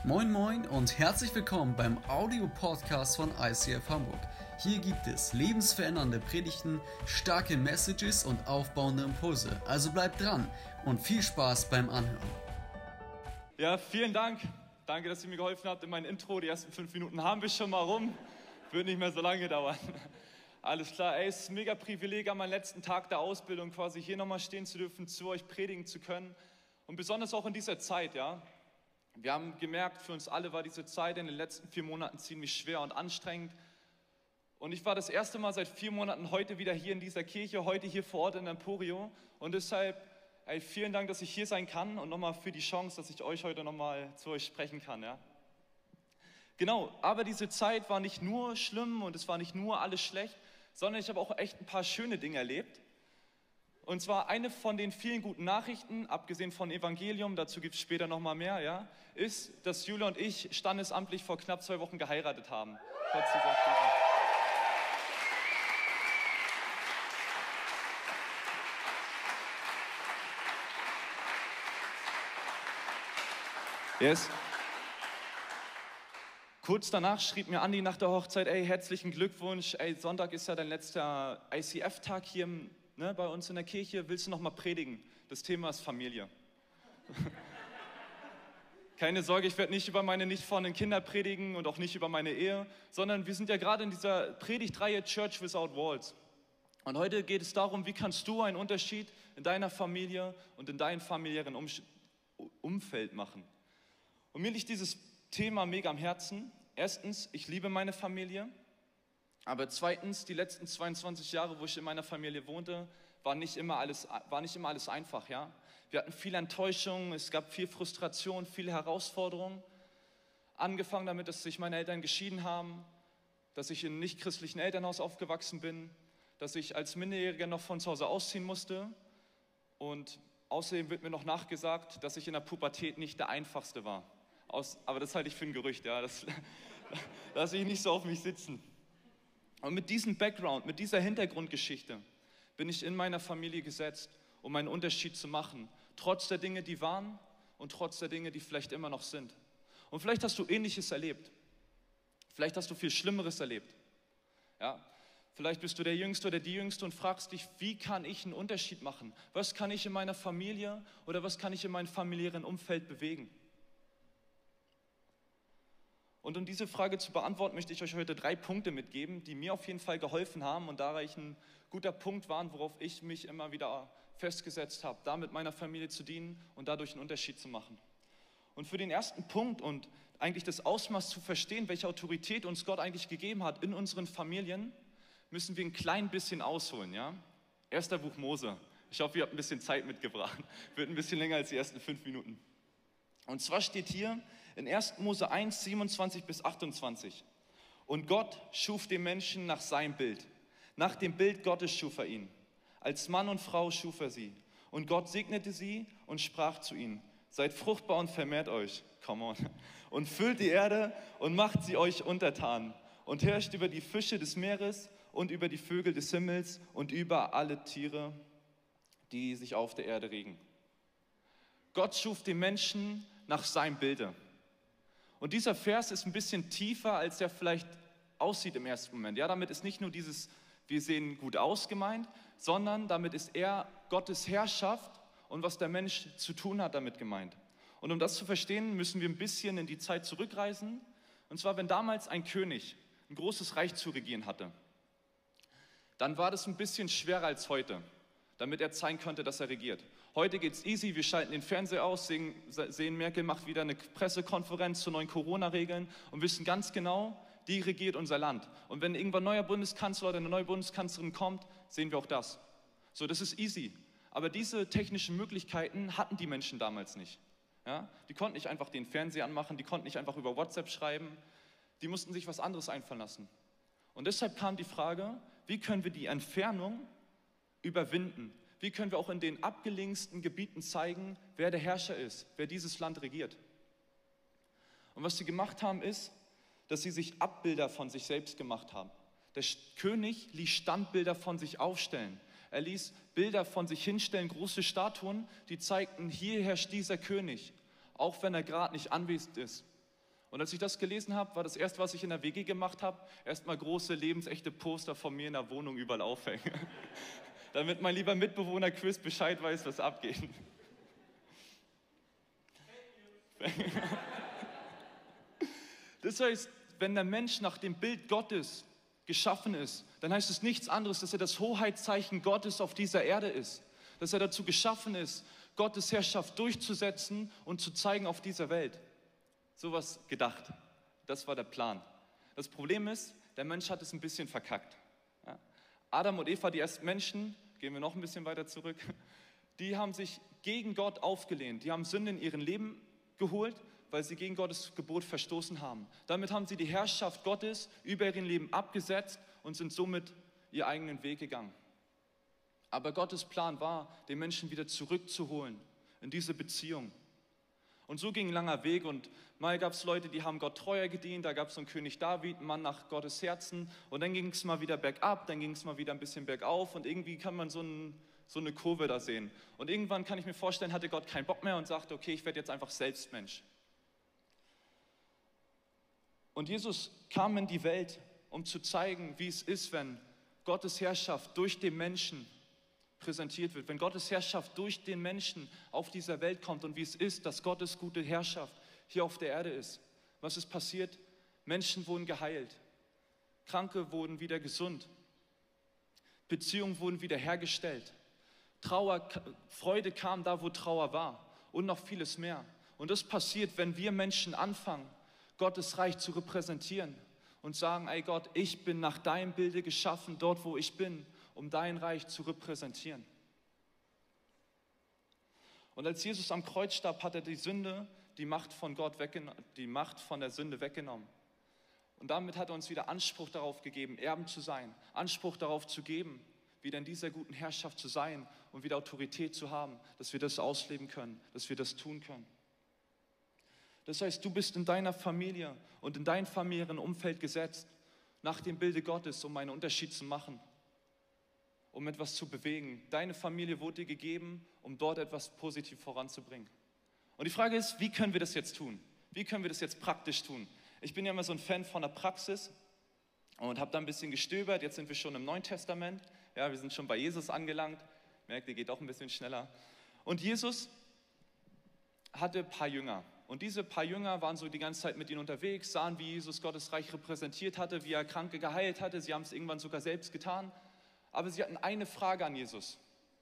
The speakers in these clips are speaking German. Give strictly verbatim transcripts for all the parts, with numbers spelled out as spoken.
Moin Moin und herzlich willkommen beim Audio-Podcast von I C F Hamburg. Hier gibt es lebensverändernde Predigten, starke Messages und aufbauende Impulse. Also bleibt dran und viel Spaß beim Anhören. Ja, vielen Dank. Danke, dass ihr mir geholfen habt in meinem Intro. Die ersten fünf Minuten haben wir schon mal rum. Wird nicht mehr so lange dauern. Alles klar, ey, es ist ein mega Privileg, an meinem letzten Tag der Ausbildung quasi hier nochmal stehen zu dürfen, zu euch predigen zu können. Und besonders auch in dieser Zeit, ja. Wir haben gemerkt, für uns alle war diese Zeit in den letzten vier Monaten ziemlich schwer und anstrengend. Und ich war das erste Mal seit vier Monaten heute wieder hier in dieser Kirche, heute hier vor Ort in Emporio. Und deshalb, ey, vielen Dank, dass ich hier sein kann und nochmal für die Chance, dass ich euch heute nochmal zu euch sprechen kann, ja. Genau, aber diese Zeit war nicht nur schlimm und es war nicht nur alles schlecht, sondern ich habe auch echt ein paar schöne Dinge erlebt. Und zwar eine von den vielen guten Nachrichten, abgesehen von Evangelium, dazu gibt es später nochmal mehr, ja, ist, dass Julia und ich standesamtlich vor knapp zwei Wochen geheiratet haben. Trotz dieser Krise. Yes. Kurz danach schrieb mir Andi nach der Hochzeit, ey, herzlichen Glückwunsch, ey, Sonntag ist ja dein letzter I C F-Tag hier im, ne, bei uns in der Kirche, willst du noch mal predigen? Das Thema ist Familie. Keine Sorge, ich werde nicht über meine nicht vorhandenen Kinder predigen und auch nicht über meine Ehe, sondern wir sind ja gerade in dieser Predigtreihe Church Without Walls. Und heute geht es darum, wie kannst du einen Unterschied in deiner Familie und in deinem familiären um Umfeld machen. Und mir liegt dieses Thema mega am Herzen. Erstens, ich liebe meine Familie, aber zweitens, die letzten zweiundzwanzig Jahre, wo ich in meiner Familie wohnte, war nicht immer alles, war nicht immer alles einfach, ja. Wir hatten viel Enttäuschung, es gab viel Frustration, viele Herausforderungen. Angefangen damit, dass sich meine Eltern geschieden haben, dass ich in einem nicht-christlichen Elternhaus aufgewachsen bin, dass ich als Minderjähriger noch von zu Hause ausziehen musste und außerdem wird mir noch nachgesagt, dass ich in der Pubertät nicht der Einfachste war. Aus, aber das halte ich für ein Gerücht, ja, das lasse ich nicht so auf mich sitzen. Und mit diesem Background, mit dieser Hintergrundgeschichte bin ich in meiner Familie gesetzt, um einen Unterschied zu machen, trotz der Dinge, die waren und trotz der Dinge, die vielleicht immer noch sind. Und vielleicht hast du Ähnliches erlebt, vielleicht hast du viel Schlimmeres erlebt, ja. Vielleicht bist du der Jüngste oder die Jüngste und fragst dich, wie kann ich einen Unterschied machen? Was kann ich in meiner Familie oder was kann ich in meinem familiären Umfeld bewegen? Und um diese Frage zu beantworten, möchte ich euch heute drei Punkte mitgeben, die mir auf jeden Fall geholfen haben und da ein guter Punkt waren, worauf ich mich immer wieder festgesetzt habe, damit meiner Familie zu dienen und dadurch einen Unterschied zu machen. Und für den ersten Punkt und eigentlich das Ausmaß zu verstehen, welche Autorität uns Gott eigentlich gegeben hat in unseren Familien, müssen wir ein klein bisschen ausholen, ja? Erster Buch Mose. Ich hoffe, ihr habt ein bisschen Zeit mitgebracht. Wird ein bisschen länger als die ersten fünf Minuten. Und zwar steht hier in erster Mose eins, siebenundzwanzig bis achtundzwanzig. Und Gott schuf den Menschen nach seinem Bild. Nach dem Bild Gottes schuf er ihn. Als Mann und Frau schuf er sie. Und Gott segnete sie und sprach zu ihnen: Seid fruchtbar und vermehrt euch. Come on. Und füllt die Erde und macht sie euch untertan. Und herrscht über die Fische des Meeres und über die Vögel des Himmels und über alle Tiere, die sich auf der Erde regen. Gott schuf den Menschen nach seinem Bilde. Und dieser Vers ist ein bisschen tiefer, als er vielleicht aussieht im ersten Moment. Ja, damit ist nicht nur dieses, wir sehen gut aus gemeint, sondern damit ist er Gottes Herrschaft und was der Mensch zu tun hat damit gemeint. Und um das zu verstehen, müssen wir ein bisschen in die Zeit zurückreisen. Und zwar, wenn damals ein König ein großes Reich zu regieren hatte, dann war das ein bisschen schwerer als heute, damit er zeigen konnte, dass er regiert. Heute geht's easy, wir schalten den Fernseher aus, sehen, sehen Merkel macht wieder eine Pressekonferenz zu neuen Corona-Regeln und wissen ganz genau, die regiert unser Land. Und wenn irgendwann ein neuer Bundeskanzler oder eine neue Bundeskanzlerin kommt, sehen wir auch das. So, das ist easy. Aber diese technischen Möglichkeiten hatten die Menschen damals nicht. Ja? Die konnten nicht einfach den Fernseher anmachen, die konnten nicht einfach über WhatsApp schreiben, die mussten sich was anderes einfallen lassen. Und deshalb kam die Frage, wie können wir die Entfernung überwinden? Wie können wir auch in den abgelegensten Gebieten zeigen, wer der Herrscher ist, wer dieses Land regiert? Und was sie gemacht haben, ist, dass sie sich Abbilder von sich selbst gemacht haben. Der König ließ Standbilder von sich aufstellen. Er ließ Bilder von sich hinstellen, große Statuen, die zeigten, hier herrscht dieser König, auch wenn er gerade nicht anwesend ist. Und als ich das gelesen habe, war das erste, was ich in der W G gemacht habe, erstmal große, lebensechte Poster von mir in der Wohnung überall aufhängen. Damit mein lieber Mitbewohner Chris Bescheid weiß, was abgeht. Das heißt, wenn der Mensch nach dem Bild Gottes geschaffen ist, dann heißt es nichts anderes, dass er das Hoheitszeichen Gottes auf dieser Erde ist. Dass er dazu geschaffen ist, Gottes Herrschaft durchzusetzen und zu zeigen auf dieser Welt. Sowas gedacht. Das war der Plan. Das Problem ist, der Mensch hat es ein bisschen verkackt. Ja? Adam und Eva, die ersten Menschen, gehen wir noch ein bisschen weiter zurück, die haben sich gegen Gott aufgelehnt. Die haben Sünde in ihrem Leben geholt, weil sie gegen Gottes Gebot verstoßen haben. Damit haben sie die Herrschaft Gottes über ihr Leben abgesetzt und sind somit ihren eigenen Weg gegangen. Aber Gottes Plan war, den Menschen wieder zurückzuholen in diese Beziehung. Und so ging ein langer Weg und mal gab es Leute, die haben Gott treuer gedient, da gab es so einen König David, einen Mann nach Gottes Herzen und dann ging es mal wieder bergab, dann ging es mal wieder ein bisschen bergauf und irgendwie kann man so, ein, so eine Kurve da sehen. Und irgendwann kann ich mir vorstellen, hatte Gott keinen Bock mehr und sagte, okay, ich werde jetzt einfach selbst Mensch. Und Jesus kam in die Welt, um zu zeigen, wie es ist, wenn Gottes Herrschaft durch den Menschen präsentiert wird, wenn Gottes Herrschaft durch den Menschen auf dieser Welt kommt und wie es ist, dass Gottes gute Herrschaft hier auf der Erde ist. Was ist passiert? Menschen wurden geheilt, Kranke wurden wieder gesund, Beziehungen wurden wiederhergestellt, Trauer, Freude kam da, wo Trauer war und noch vieles mehr. Und das passiert, wenn wir Menschen anfangen, Gottes Reich zu repräsentieren und sagen, ey Gott, ich bin nach deinem Bilde geschaffen, dort wo ich bin, um dein Reich zu repräsentieren. Und als Jesus am Kreuz starb, hat er die Sünde, die Macht von Gott weggenommen, die Macht von der Sünde weggenommen. Und damit hat er uns wieder Anspruch darauf gegeben, Erben zu sein, Anspruch darauf zu geben, wieder in dieser guten Herrschaft zu sein und wieder Autorität zu haben, dass wir das ausleben können, dass wir das tun können. Das heißt, du bist in deiner Familie und in deinem familiären Umfeld gesetzt, nach dem Bilde Gottes, um einen Unterschied zu machen, um etwas zu bewegen. Deine Familie wurde dir gegeben, um dort etwas positiv voranzubringen. Und die Frage ist, wie können wir das jetzt tun? Wie können wir das jetzt praktisch tun? Ich bin ja immer so ein Fan von der Praxis und habe da ein bisschen gestöbert. Jetzt sind wir schon im Neuen Testament. Ja, wir sind schon bei Jesus angelangt. Merkt, ihr geht auch ein bisschen schneller. Und Jesus hatte ein paar Jünger. Und diese paar Jünger waren so die ganze Zeit mit ihnen unterwegs, sahen, wie Jesus Gottes Reich repräsentiert hatte, wie er Kranke geheilt hatte. Sie haben es irgendwann sogar selbst getan. Aber sie hatten eine Frage an Jesus.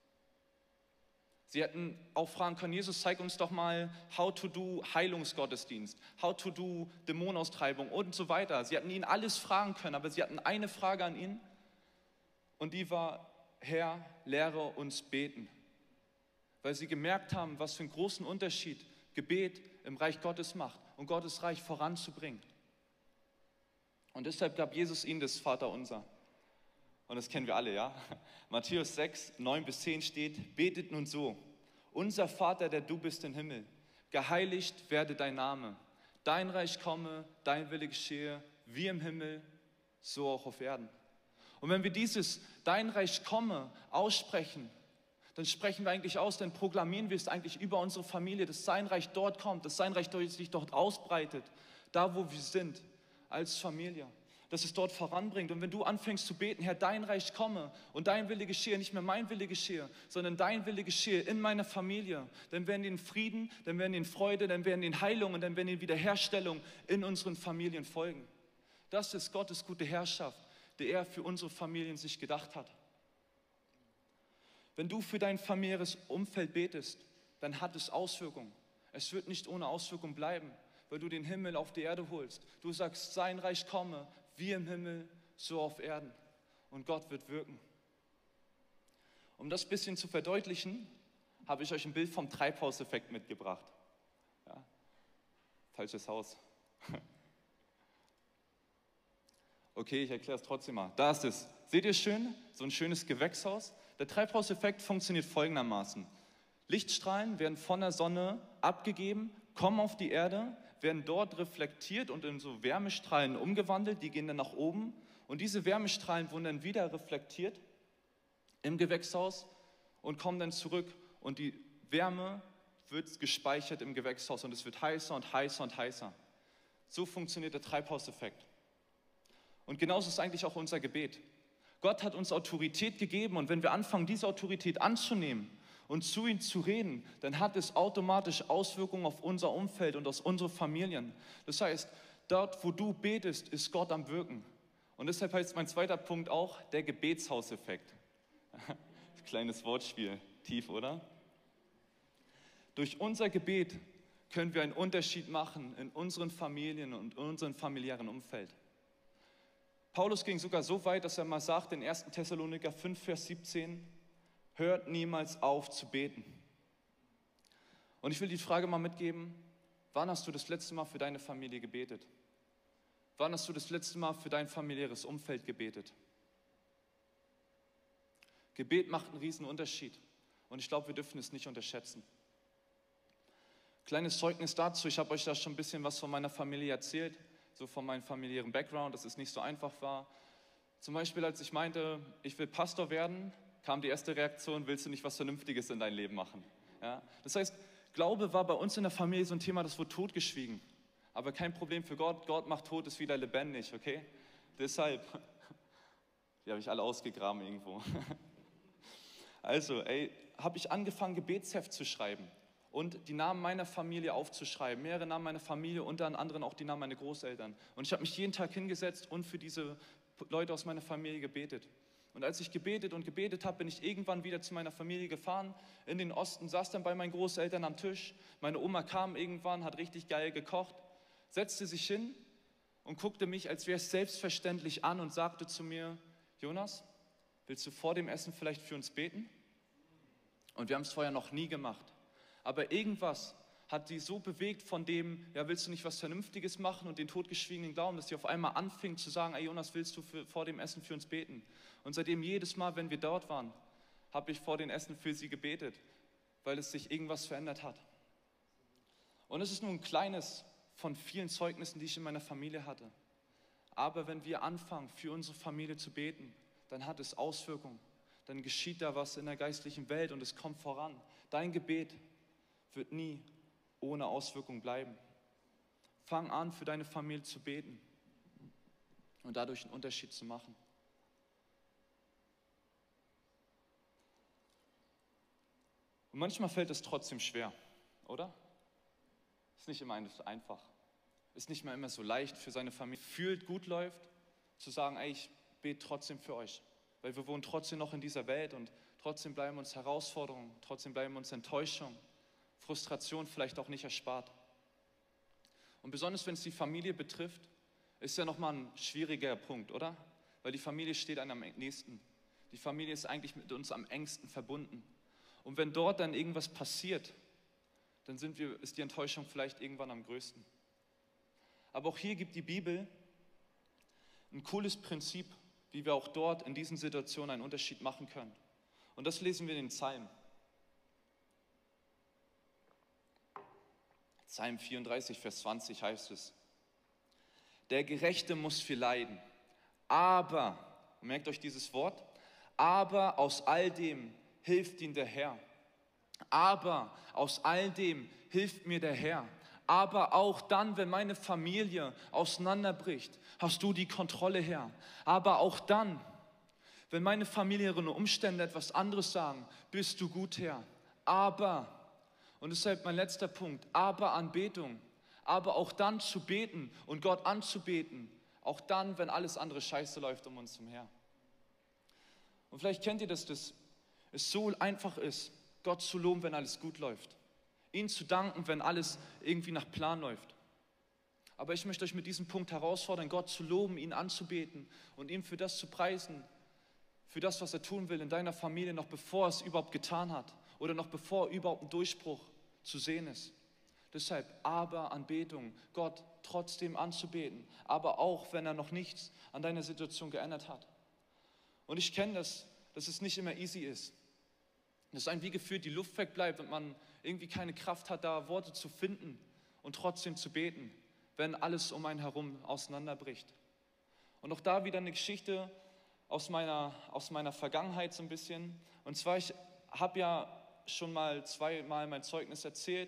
Sie hätten auch fragen können, Jesus, zeig uns doch mal, how to do Heilungsgottesdienst, how to do Dämonenaustreibung und so weiter. Sie hätten ihn alles fragen können, aber sie hatten eine Frage an ihn und die war, Herr, lehre uns beten. Weil sie gemerkt haben, was für einen großen Unterschied Gebet im Reich Gottes macht und Gottes Reich voranzubringen. Und deshalb gab Jesus ihnen das Vaterunser. Und das kennen wir alle, ja? Matthäus sechs, neun bis zehn steht, betet nun so, unser Vater, der du bist im Himmel, geheiligt werde dein Name, dein Reich komme, dein Wille geschehe, wie im Himmel, so auch auf Erden. Und wenn wir dieses dein Reich komme aussprechen, dann sprechen wir eigentlich aus, dann proklamieren wir es eigentlich über unsere Familie, dass sein Reich dort kommt, dass sein Reich sich dort ausbreitet, da wo wir sind, als Familie. Dass es dort voranbringt. Und wenn du anfängst zu beten, Herr, dein Reich komme und dein Wille geschehe, nicht mehr mein Wille geschehe, sondern dein Wille geschehe in meiner Familie, dann werden wir in Frieden, dann werden wir in Freude, dann werden wir in Heilung und dann werden wir in Wiederherstellung in unseren Familien folgen. Das ist Gottes gute Herrschaft, die er für unsere Familien sich gedacht hat. Wenn du für dein familiäres Umfeld betest, dann hat es Auswirkungen. Es wird nicht ohne Auswirkungen bleiben, weil du den Himmel auf die Erde holst. Du sagst, sein Reich komme, wie im Himmel, so auf Erden. Und Gott wird wirken. Um das ein bisschen zu verdeutlichen, habe ich euch ein Bild vom Treibhauseffekt mitgebracht. Ja, falsches Haus. Okay, ich erkläre es trotzdem mal. Da ist es. Seht ihr schön? So ein schönes Gewächshaus. Der Treibhauseffekt funktioniert folgendermaßen. Lichtstrahlen werden von der Sonne abgegeben, kommen auf die Erde, werden dort reflektiert und in so Wärmestrahlen umgewandelt, die gehen dann nach oben und diese Wärmestrahlen wurden dann wieder reflektiert im Gewächshaus und kommen dann zurück und die Wärme wird gespeichert im Gewächshaus und es wird heißer und heißer und heißer. So funktioniert der Treibhauseffekt. Und genauso ist eigentlich auch unser Gebet. Gott hat uns Autorität gegeben und wenn wir anfangen, diese Autorität anzunehmen und zu ihm zu reden, dann hat es automatisch Auswirkungen auf unser Umfeld und auf unsere Familien. Das heißt, dort, wo du betest, ist Gott am Wirken. Und deshalb heißt mein zweiter Punkt auch der Gebetshauseffekt. Kleines Wortspiel, tief, oder? Durch unser Gebet können wir einen Unterschied machen in unseren Familien und in unserem familiären Umfeld. Paulus ging sogar so weit, dass er mal sagt in ersten Thessaloniker fünf, Vers siebzehn, hört niemals auf zu beten. Und ich will die Frage mal mitgeben, wann hast du das letzte Mal für deine Familie gebetet? Wann hast du das letzte Mal für dein familiäres Umfeld gebetet? Gebet macht einen riesen Unterschied und ich glaube, wir dürfen es nicht unterschätzen. Kleines Zeugnis dazu, ich habe euch da schon ein bisschen was von meiner Familie erzählt, so von meinem familiären Background, dass es nicht so einfach war. Zum Beispiel, als ich meinte, ich will Pastor werden, kam die erste Reaktion, willst du nicht was Vernünftiges in dein Leben machen? Ja? Das heißt, Glaube war bei uns in der Familie so ein Thema, das wurde totgeschwiegen. Aber kein Problem für Gott, Gott macht tot, ist wieder lebendig, okay? Deshalb, die habe ich alle ausgegraben irgendwo. Also, ey, habe ich angefangen, Gebetsheft zu schreiben und die Namen meiner Familie aufzuschreiben, mehrere Namen meiner Familie, unter anderem auch die Namen meiner Großeltern. Und ich habe mich jeden Tag hingesetzt und für diese Leute aus meiner Familie gebetet. Und als ich gebetet und gebetet habe, bin ich irgendwann wieder zu meiner Familie gefahren, in den Osten, saß dann bei meinen Großeltern am Tisch. Meine Oma kam irgendwann, hat richtig geil gekocht, setzte sich hin und guckte mich, als wäre es selbstverständlich an und sagte zu mir, Jonas, willst du vor dem Essen vielleicht für uns beten? Und wir haben es vorher noch nie gemacht. Aber irgendwas hat sie so bewegt von dem, ja, willst du nicht was Vernünftiges machen und den totgeschwiegenen Glauben, dass sie auf einmal anfing zu sagen, ey Jonas, willst du für, vor dem Essen für uns beten? Und seitdem jedes Mal, wenn wir dort waren, habe ich vor dem Essen für sie gebetet, weil es sich irgendwas verändert hat. Und es ist nur ein kleines von vielen Zeugnissen, die ich in meiner Familie hatte. Aber wenn wir anfangen, für unsere Familie zu beten, dann hat es Auswirkungen. Dann geschieht da was in der geistlichen Welt und es kommt voran. Dein Gebet wird nie ohne Auswirkung bleiben. Fang an, für deine Familie zu beten und dadurch einen Unterschied zu machen. Und manchmal fällt es trotzdem schwer, oder? Ist nicht immer einfach. Ist nicht mehr immer so leicht für seine Familie. Fühlt, gut läuft, zu sagen, ey, ich bete trotzdem für euch. Weil wir wohnen trotzdem noch in dieser Welt und trotzdem bleiben uns Herausforderungen, trotzdem bleiben uns Enttäuschungen, Frustration vielleicht auch nicht erspart. Und besonders wenn es die Familie betrifft, ist ja nochmal ein schwieriger Punkt, oder? Weil die Familie steht einem am nächsten. Die Familie ist eigentlich mit uns am engsten verbunden. Und wenn dort dann irgendwas passiert, dann sind wir, ist die Enttäuschung vielleicht irgendwann am größten. Aber auch hier gibt die Bibel ein cooles Prinzip, wie wir auch dort in diesen Situationen einen Unterschied machen können. Und das lesen wir in den Psalmen. Psalm vierunddreißig, Vers zwanzig heißt es, der Gerechte muss viel leiden, aber, merkt euch dieses Wort, aber aus all dem hilft ihm der Herr. Aber aus all dem hilft mir der Herr. Aber auch dann, wenn meine Familie auseinanderbricht, hast du die Kontrolle, Herr. Aber auch dann, wenn meine familiären Umstände etwas anderes sagen, bist du gut, Herr. Aber, und deshalb mein letzter Punkt, aber Anbetung. Aber auch dann zu beten und Gott anzubeten. Auch dann, wenn alles andere scheiße läuft um uns herum. Und vielleicht kennt ihr das, dass es so einfach ist, Gott zu loben, wenn alles gut läuft. Ihn zu danken, wenn alles irgendwie nach Plan läuft. Aber ich möchte euch mit diesem Punkt herausfordern, Gott zu loben, ihn anzubeten und ihm für das zu preisen, für das, was er tun will in deiner Familie, noch bevor er es überhaupt getan hat oder noch bevor überhaupt ein Durchbruch zu sehen ist. Deshalb aber Anbetung, Gott trotzdem anzubeten, aber auch, wenn er noch nichts an deiner Situation geändert hat. Und ich kenne das, dass es nicht immer easy ist. Dass einem wie gefühlt die Luft wegbleibt und man irgendwie keine Kraft hat, da Worte zu finden und trotzdem zu beten, wenn alles um einen herum auseinanderbricht. Und auch da wieder eine Geschichte aus meiner, aus meiner Vergangenheit so ein bisschen. Und zwar, ich habe ja schon mal zweimal mein Zeugnis erzählt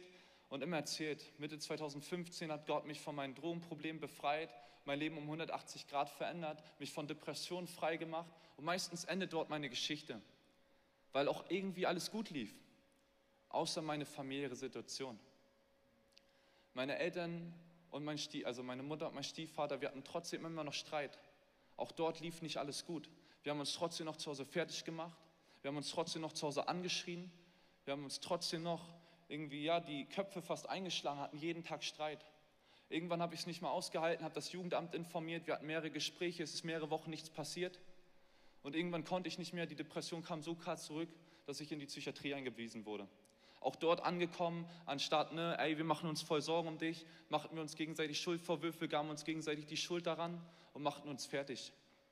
und immer erzählt. Mitte zweitausendfünfzehn hat Gott mich von meinen Drogenproblemen befreit, mein Leben um hundertachtzig Grad verändert, mich von Depressionen frei gemacht und meistens endet dort meine Geschichte, weil auch irgendwie alles gut lief, außer meine familiäre Situation. Meine Eltern und mein Stief, also meine Mutter und mein Stiefvater, wir hatten trotzdem immer noch Streit. Auch dort lief nicht alles gut. Wir haben uns trotzdem noch zu Hause fertig gemacht, wir haben uns trotzdem noch zu Hause angeschrien, wir haben uns trotzdem noch irgendwie, ja, die Köpfe fast eingeschlagen, hatten jeden Tag Streit. Irgendwann habe ich es nicht mehr ausgehalten, habe das Jugendamt informiert, wir hatten mehrere Gespräche, es ist mehrere Wochen nichts passiert. Und irgendwann konnte ich nicht mehr, die Depression kam so krass zurück, dass ich in die Psychiatrie eingewiesen wurde. Auch dort angekommen, anstatt, ne, ey, wir machen uns voll Sorgen um dich, machten wir uns gegenseitig Schuldvorwürfe, gaben uns gegenseitig die Schuld daran und machten uns fertig.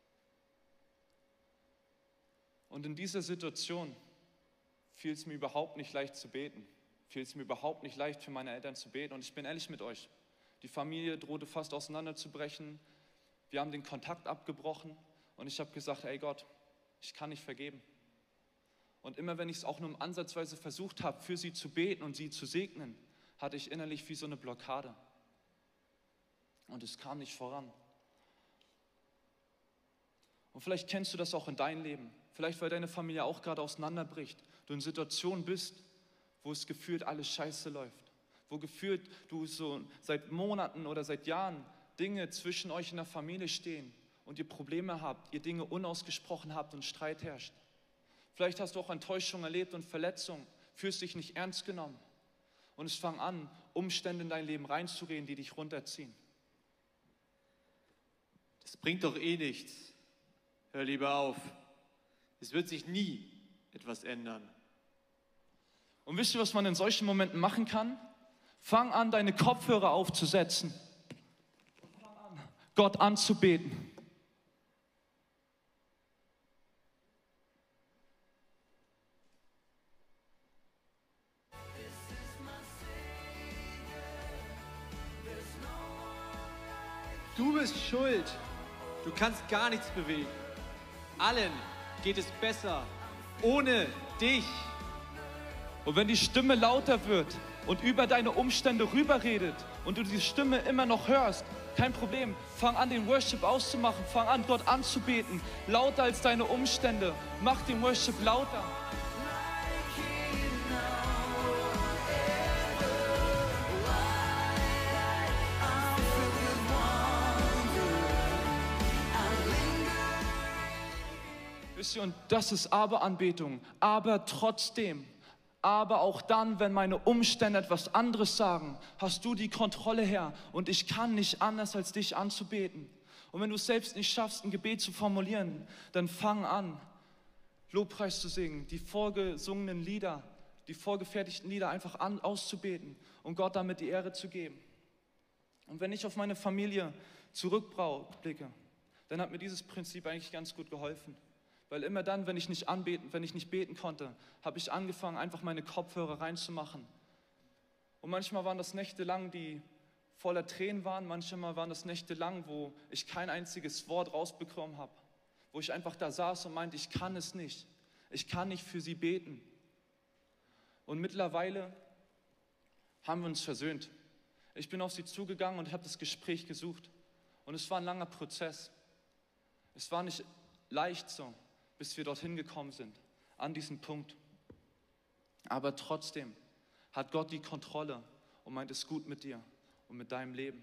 Und in dieser Situation fiel es mir überhaupt nicht leicht zu beten, fiel es mir überhaupt nicht leicht für meine Eltern zu beten. Und ich bin ehrlich mit euch, die Familie drohte fast auseinanderzubrechen, wir haben den Kontakt abgebrochen und ich habe gesagt, ey Gott, ich kann nicht vergeben. Und immer wenn ich es auch nur ansatzweise versucht habe, für sie zu beten und sie zu segnen, hatte ich innerlich wie so eine Blockade. Und es kam nicht voran. Und vielleicht kennst du das auch in deinem Leben. Vielleicht, weil deine Familie auch gerade auseinanderbricht. Du in Situationen bist, wo es gefühlt alles scheiße läuft. Wo gefühlt du so seit Monaten oder seit Jahren Dinge zwischen euch in der Familie stehen und ihr Probleme habt, ihr Dinge unausgesprochen habt und Streit herrscht. Vielleicht hast du auch Enttäuschung erlebt und Verletzung, fühlst dich nicht ernst genommen. Und es fangen an, Umstände in dein Leben reinzureden, die dich runterziehen. Das bringt doch eh nichts. Hör lieber auf. Es wird sich nie etwas ändern. Und wisst ihr, was man in solchen Momenten machen kann? Fang an, deine Kopfhörer aufzusetzen. Fang an, Gott anzubeten. Du bist schuld. Du kannst gar nichts bewegen. Allen geht es besser ohne dich. Und wenn die Stimme lauter wird und über deine Umstände rüberredet und du die Stimme immer noch hörst, kein Problem. Fang an, den Worship auszumachen. Fang an, Gott anzubeten. Lauter als deine Umstände. Mach den Worship lauter. Und das ist Aber-Anbetung, aber trotzdem, aber auch dann, wenn meine Umstände etwas anderes sagen, hast du die Kontrolle her und ich kann nicht anders, als dich anzubeten. Und wenn du es selbst nicht schaffst, ein Gebet zu formulieren, dann fang an, Lobpreis zu singen, die vorgesungenen Lieder, die vorgefertigten Lieder einfach an, auszubeten und Gott damit die Ehre zu geben. Und wenn ich auf meine Familie zurückblicke, dann hat mir dieses Prinzip eigentlich ganz gut geholfen. Weil immer dann, wenn ich nicht anbeten, wenn ich nicht beten konnte, habe ich angefangen, einfach meine Kopfhörer reinzumachen. Und manchmal waren das Nächte lang, die voller Tränen waren, manchmal waren das Nächte lang, wo ich kein einziges Wort rausbekommen habe. Wo ich einfach da saß und meinte, ich kann es nicht. Ich kann nicht für sie beten. Und mittlerweile haben wir uns versöhnt. Ich bin auf sie zugegangen und habe das Gespräch gesucht. Und es war ein langer Prozess. Es war nicht leicht so, bis wir dorthin gekommen sind, an diesen Punkt. Aber trotzdem hat Gott die Kontrolle und meint es gut mit dir und mit deinem Leben.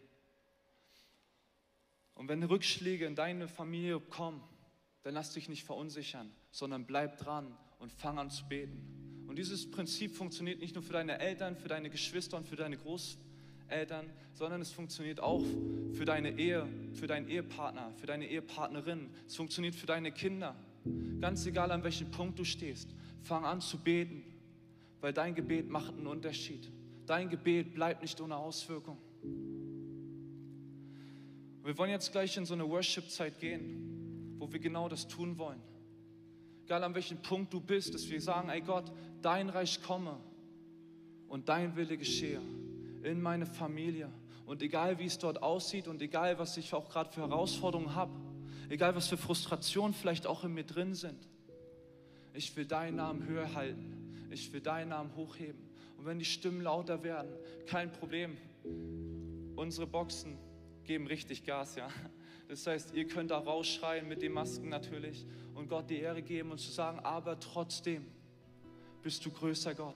Und wenn Rückschläge in deine Familie kommen, dann lass dich nicht verunsichern, sondern bleib dran und fang an zu beten. Und dieses Prinzip funktioniert nicht nur für deine Eltern, für deine Geschwister und für deine Großeltern, sondern es funktioniert auch für deine Ehe, für deinen Ehepartner, für deine Ehepartnerin. Es funktioniert für deine Kinder. Ganz egal, an welchem Punkt du stehst, fang an zu beten, weil dein Gebet macht einen Unterschied. Dein Gebet bleibt nicht ohne Auswirkung. Wir wollen jetzt gleich in so eine Worship-Zeit gehen, wo wir genau das tun wollen. Egal an welchem Punkt du bist, dass wir sagen, ey Gott, dein Reich komme und dein Wille geschehe in meine Familie. Und egal wie es dort aussieht und egal was ich auch gerade für Herausforderungen habe, egal was für Frustrationen vielleicht auch in mir drin sind, ich will deinen Namen höher halten. Ich will deinen Namen hochheben. Und Und wenn die Stimmen lauter werden, kein Problem. Unsere Boxen geben richtig Gas, ja. Das heißt, ihr könnt da rausschreien mit den Masken natürlich und Gott die Ehre geben und zu sagen, aber trotzdem bist du größer, Gott.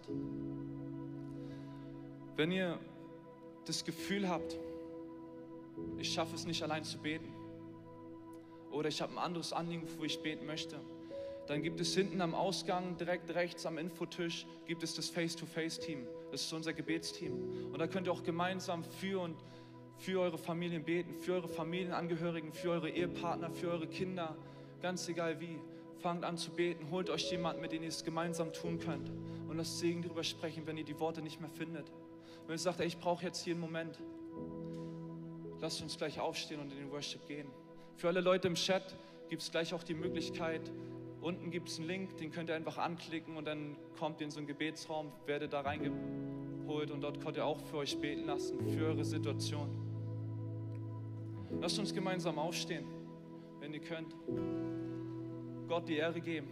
Wenn ihr das Gefühl habt, ich schaffe es nicht allein zu beten oder ich habe ein anderes Anliegen, wofür ich beten möchte, dann gibt es hinten am Ausgang, direkt rechts am Infotisch, gibt es das Face-to-Face-Team. Das ist unser Gebetsteam. Und da könnt ihr auch gemeinsam für und für eure Familien beten, für eure Familienangehörigen, für eure Ehepartner, für eure Kinder, ganz egal wie. Fangt an zu beten, holt euch jemanden, mit dem ihr es gemeinsam tun könnt und lasst Segen darüber sprechen, wenn ihr die Worte nicht mehr findet. Wenn ihr sagt, ey, ich brauche jetzt hier einen Moment, lasst uns gleich aufstehen und in den Worship gehen. Für alle Leute im Chat gibt es gleich auch die Möglichkeit, unten gibt es einen Link, den könnt ihr einfach anklicken und dann kommt ihr in so einen Gebetsraum, werdet da reingeholt und dort könnt ihr auch für euch beten lassen, für eure Situation. Lasst uns gemeinsam aufstehen, wenn ihr könnt. Gott die Ehre geben.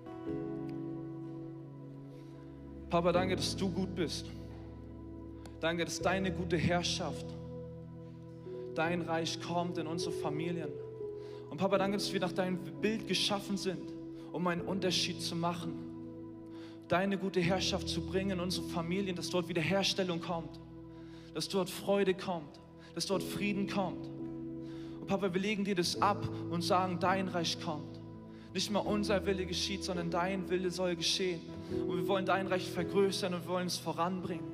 Papa, danke, dass du gut bist. Danke, dass deine gute Herrschaft, dein Reich kommt in unsere Familien. Und Papa, danke, dass wir nach deinem Bild geschaffen sind, um einen Unterschied zu machen. Deine gute Herrschaft zu bringen in unsere Familien, dass dort Wiederherstellung kommt, dass dort Freude kommt, dass dort Frieden kommt. Und Papa, wir legen dir das ab und sagen, dein Reich kommt. Nicht mal unser Wille geschieht, sondern dein Wille soll geschehen. Und wir wollen dein Reich vergrößern und wir wollen es voranbringen.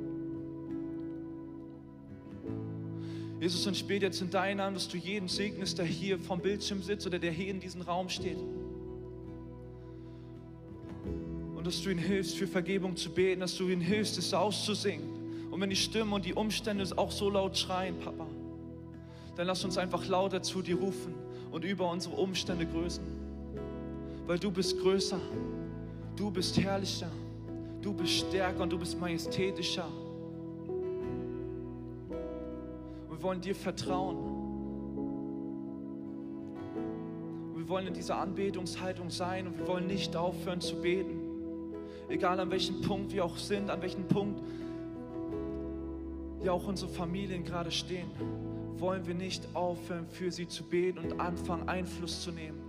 Jesus, und ich bete jetzt in deinen Namen, dass du jeden segnest, der hier vom Bildschirm sitzt oder der hier in diesem Raum steht. Und dass du ihm hilfst, für Vergebung zu beten, dass du ihm hilfst, es auszusingen. Und wenn die Stimmen und die Umstände auch so laut schreien, Papa, dann lass uns einfach lauter zu dir rufen und über unsere Umstände größen. Weil du bist größer, du bist herrlicher, du bist stärker und du bist majestätischer. Und wir wollen dir vertrauen. Und wir wollen in dieser Anbetungshaltung sein und wir wollen nicht aufhören zu beten. Egal an welchem Punkt wir auch sind, an welchem Punkt ja auch unsere Familien gerade stehen, wollen wir nicht aufhören, für sie zu beten und anfangen, Einfluss zu nehmen.